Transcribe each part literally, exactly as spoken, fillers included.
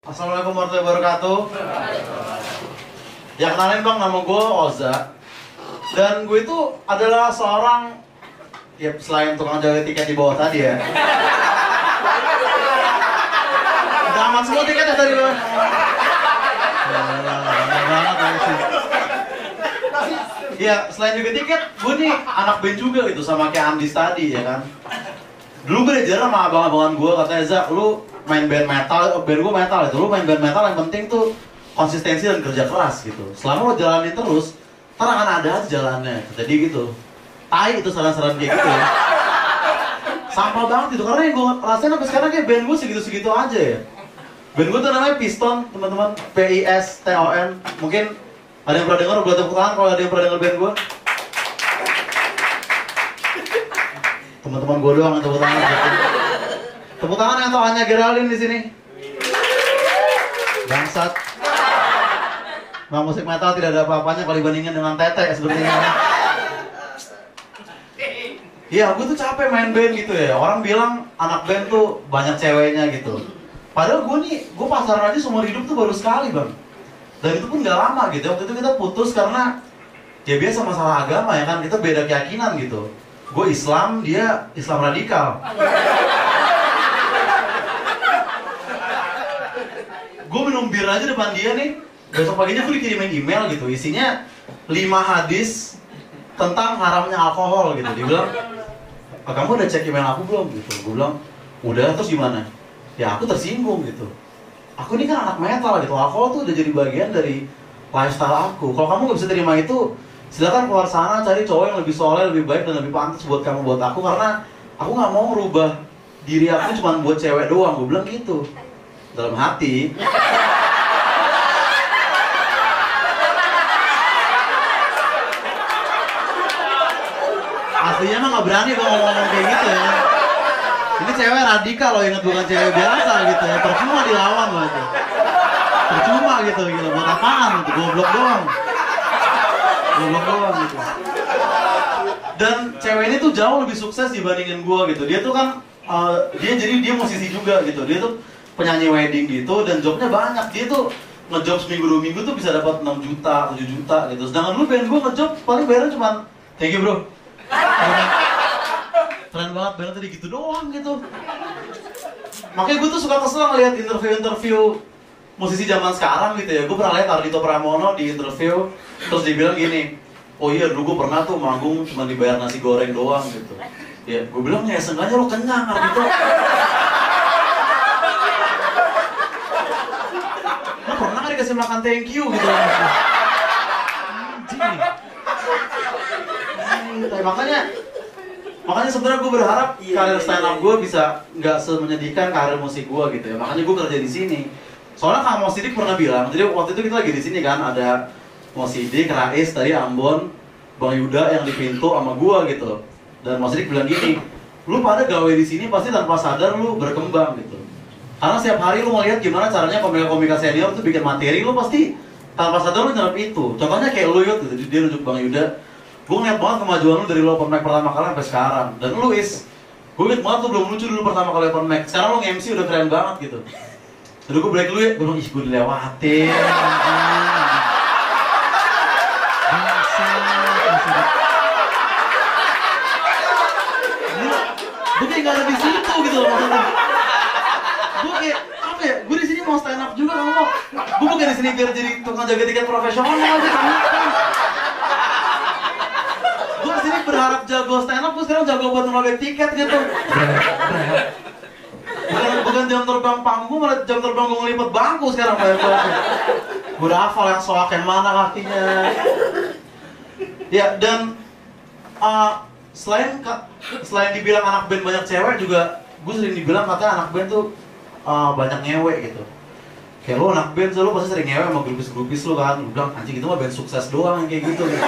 Assalamualaikum warahmatullahi wabarakatuh. Ya kenalin bang, nama gue Oza. Dan gue itu adalah seorang, ya selain tukang jaga tiket di bawah tadi ya. Udah amat semua tiketnya tadi loh. Ya selain juga tiket, gue nih anak band juga gitu, sama kayak Andis tadi ya kan. Dulu gue diajar sama abang-abangan gue, katanya Za, lu main band metal, band gue metal itu, lu main band metal yang penting tuh konsistensi dan kerja keras gitu. Selama lo jalanin terus, ntar akan ada aja jalannya. Jadi gitu, tai itu saran-saran kayak gitu ya. Sampah banget itu, karena yang gue rasain sampai sekarang kayak band gue segitu-segitu aja ya. Band gue tuh namanya Piston, teman-teman, P I S T O N. Mungkin ada yang pernah denger, boleh tepuk tangan kalau ada yang pernah denger band gue. Teman-teman gue doang yang tepuk tangan. Tepuk tangan yang tau Anya Geraldine di sini. Bangsat. Bang, musik metal tidak ada apa-apanya kalau dibandingin dengan Tete sebenarnya. Iya, gue tuh capek main band gitu ya. Orang bilang anak band tuh banyak ceweknya gitu. Padahal gue nih, gue pasaran aja seumur hidup tuh baru sekali bang. Dan itu pun gak lama gitu. Waktu itu kita putus karena ya biasa masalah agama ya kan. Kita beda keyakinan gitu. Gue Islam, dia Islam radikal. Gue minum bir aja depan dia nih. Besok paginya gue dikirimin email gitu. Isinya lima hadis tentang haramnya alkohol gitu. Dia bilang, kamu udah cek email aku belum? Gitu. Gue bilang, udah. Terus gimana? Ya aku tersinggung gitu. Aku ini kan anak metal gitu. Alkohol tuh udah jadi bagian dari lifestyle aku. Kalau kamu gak bisa terima itu, silakan keluar sana cari cowok yang lebih soleh, lebih baik dan lebih pantas buat kamu, buat aku. Karena aku gak mau merubah diri aku cuma buat cewek doang. Gue bilang gitu dalam hati. Aslinya emang gak berani gue ngomong-ngomong kayak gitu ya. Ini cewek radikal loh, inget bukan cewek biasa gitu ya. Percuma dilawan loh itu. Percuma gitu, gila. Buat apaan gitu, goblok doang. Goblok doang gitu. Dan cewek ini tuh jauh lebih sukses dibandingin gue gitu. Dia tuh kan, uh, dia jadi dia musisi juga gitu. Dia tuh penyanyi wedding gitu dan jobnya banyak. Dia tuh ngejob seminggu dua minggu tuh bisa dapat enam juta, tujuh juta gitu. Sedangkan lu band gue ngejob paling bayarnya cuma thank you bro. Keren banget, bandnya tadi gitu doang gitu. Makanya gue tuh suka kesel ngeliat interview-interview musisi zaman sekarang gitu ya. Gue pernah lihat Ardhito Pramono di interview, terus dia bilang gini, oh iya dulu gue pernah tuh manggung cuma dibayar nasi goreng doang gitu. Ya gue bilang ya seenggaknya lo kenyang Ardhito. Lo pernah gak dikasih makan thank you gitu. Anjing. Makanya Makanya sebenarnya gue berharap iya, karir stand up gue bisa nggak semenyedihkan karir musik gue gitu ya. Makanya gue kerja di sini. Soalnya Kang Mo Sidik pernah bilang, jadi waktu itu kita lagi di sini kan ada Mo Sidik, Rais, tadi Ambon, Bang Yuda yang di pintu sama gue gitu. Dan Mo Sidik bilang gini, lu pada gawe di sini pasti tanpa sadar lu berkembang gitu. Karena setiap hari lu ngeliat gimana caranya komika-komika senior tuh bikin materi, lu pasti tanpa sadar lu nyerap itu. Contohnya kayak lu Yud, gitu. Dia nunjuk Bang Yuda. Gue ngeliat banget kemajuan lu dari lu open mic pertama kali sampai sekarang. Dan lu Is, gue ngeliat banget lu belum lucu dulu pertama kali open mic. Sekarang lu nge-M C udah keren banget gitu. Jadi gue break dulu ya, gue bilang, ih gue dilewatin. Gue kayak gak ada di situ gitu loh maksudnya. Gue kayak, apa ya, gue di sini mau stand up juga kamu. Gue bukan di sini biar jadi tukang jaga tiket profesional aja kamu. Gue kesini berharap jago stand up, gue sekarang jago buat ngelola tiket gitu. Bukan, bukan jam terbang panggung, malah jam terbang gue ngelipet bangku sekarang kayak gue. Gue udah hafal yang soak yang mana kakinya. Ya dan uh, selain selain dibilang anak band banyak cewek juga, gue sering dibilang katanya anak band tuh uh, banyak ngewe gitu. Kayak lo anak band, so, lo pasti sering ngewe sama grupis-grupis lo kan. Gue bilang anjing itu mah band sukses doang yang kayak gitu. Gitu.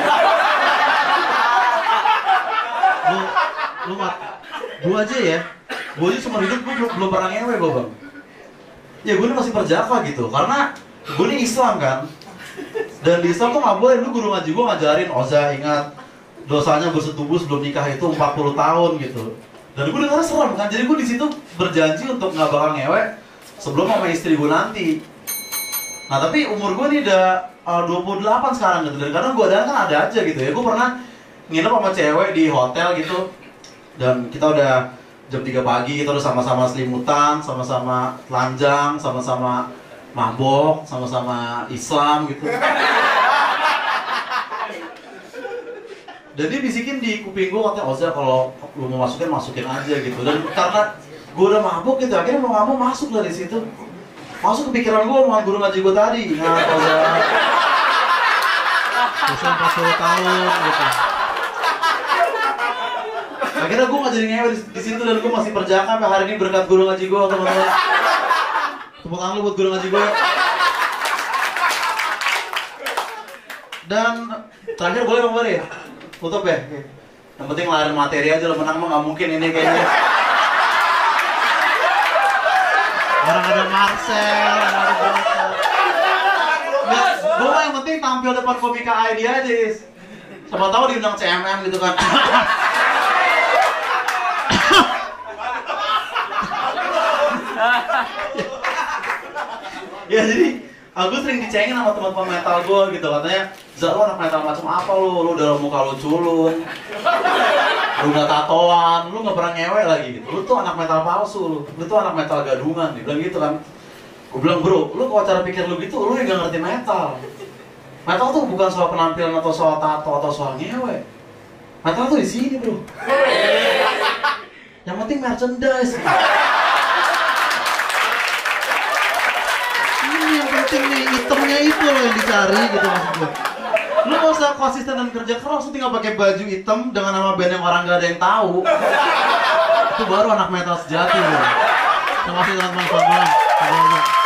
Lu, lu mat, gue aja ya, gue aja seumur hidup gue belum, belum pernah ngewe gue bang. Ya gue ini masih perjaka gitu, karena gue ini Islam kan. Dan di Islam tuh gak boleh, lu guru ngaji gue ngajarin, Oza ingat dosanya bersetubuh sebelum nikah itu empat puluh tahun gitu. Dan gue dengarnya serem kan, jadi gue di situ berjanji untuk gak bakal ngewe sebelum sama istri gue nanti. Nah tapi umur gue nih udah uh, dua puluh delapan sekarang gitu, dan kadang gue ada kan ada aja gitu ya. Gue pernah nginep sama cewek di hotel gitu, dan kita udah jam tiga pagi, kita udah sama-sama selimutan, sama-sama telanjang, sama-sama mabok, sama-sama Islam gitu. Dan dia bisikin di kuping gue, katanya, Oza kalau lu mau masukin, masukin aja gitu. Dan karena gue udah mabuk gitu, akhirnya mau gak mau masuk lah di situ. Masuk ke pikiran gue omongan guru ngaji gue tadi. Nah, Oza usia empat puluh tahun gitu. Akhirnya gue gak jadi ngewe di, di situ, dan gue masih perjaka sampai hari ini berkat guru ngaji gue, teman-teman. Tepuk tangan lu buat guru ngaji gue. Dan terakhir boleh Bang Bari? Tutup ya? Yang penting ngelarin materi aja, lo menang mah gak mungkin ini kayaknya. Orang ada Marcel, ada Marcel. Nggak, gue mah yang penting tampil depan komika I D aja. Siapa tahu diundang C M M gitu kan. Ya jadi aku sering dicengin sama teman-teman metal gue gitu, katanya, Zak, lu anak metal macam apa lu? Lu dalam muka lu culun, lu gak tatoan, lu gak pernah ngewe lagi gitu. Lu tuh anak metal palsu, lu, lu tuh anak metal gadungan, dia bilang gitu kan. Gue bilang, bro, lu kalau cara pikir lu gitu, lu yang gak ngerti metal. Metal tuh bukan soal penampilan atau soal tato atau soal ngewe. Metal tuh di sini, bro. Yang penting merchandise. Yang penting nih, itemnya itu loh yang dicari gitu maksud gue. Lu gak usah konsisten dan kerja keras, lu tinggal pakai baju hitam dengan nama band yang orang gak ada yang tahu. Itu baru anak metal sejati loh. Terima kasih teman-teman, selamat malam.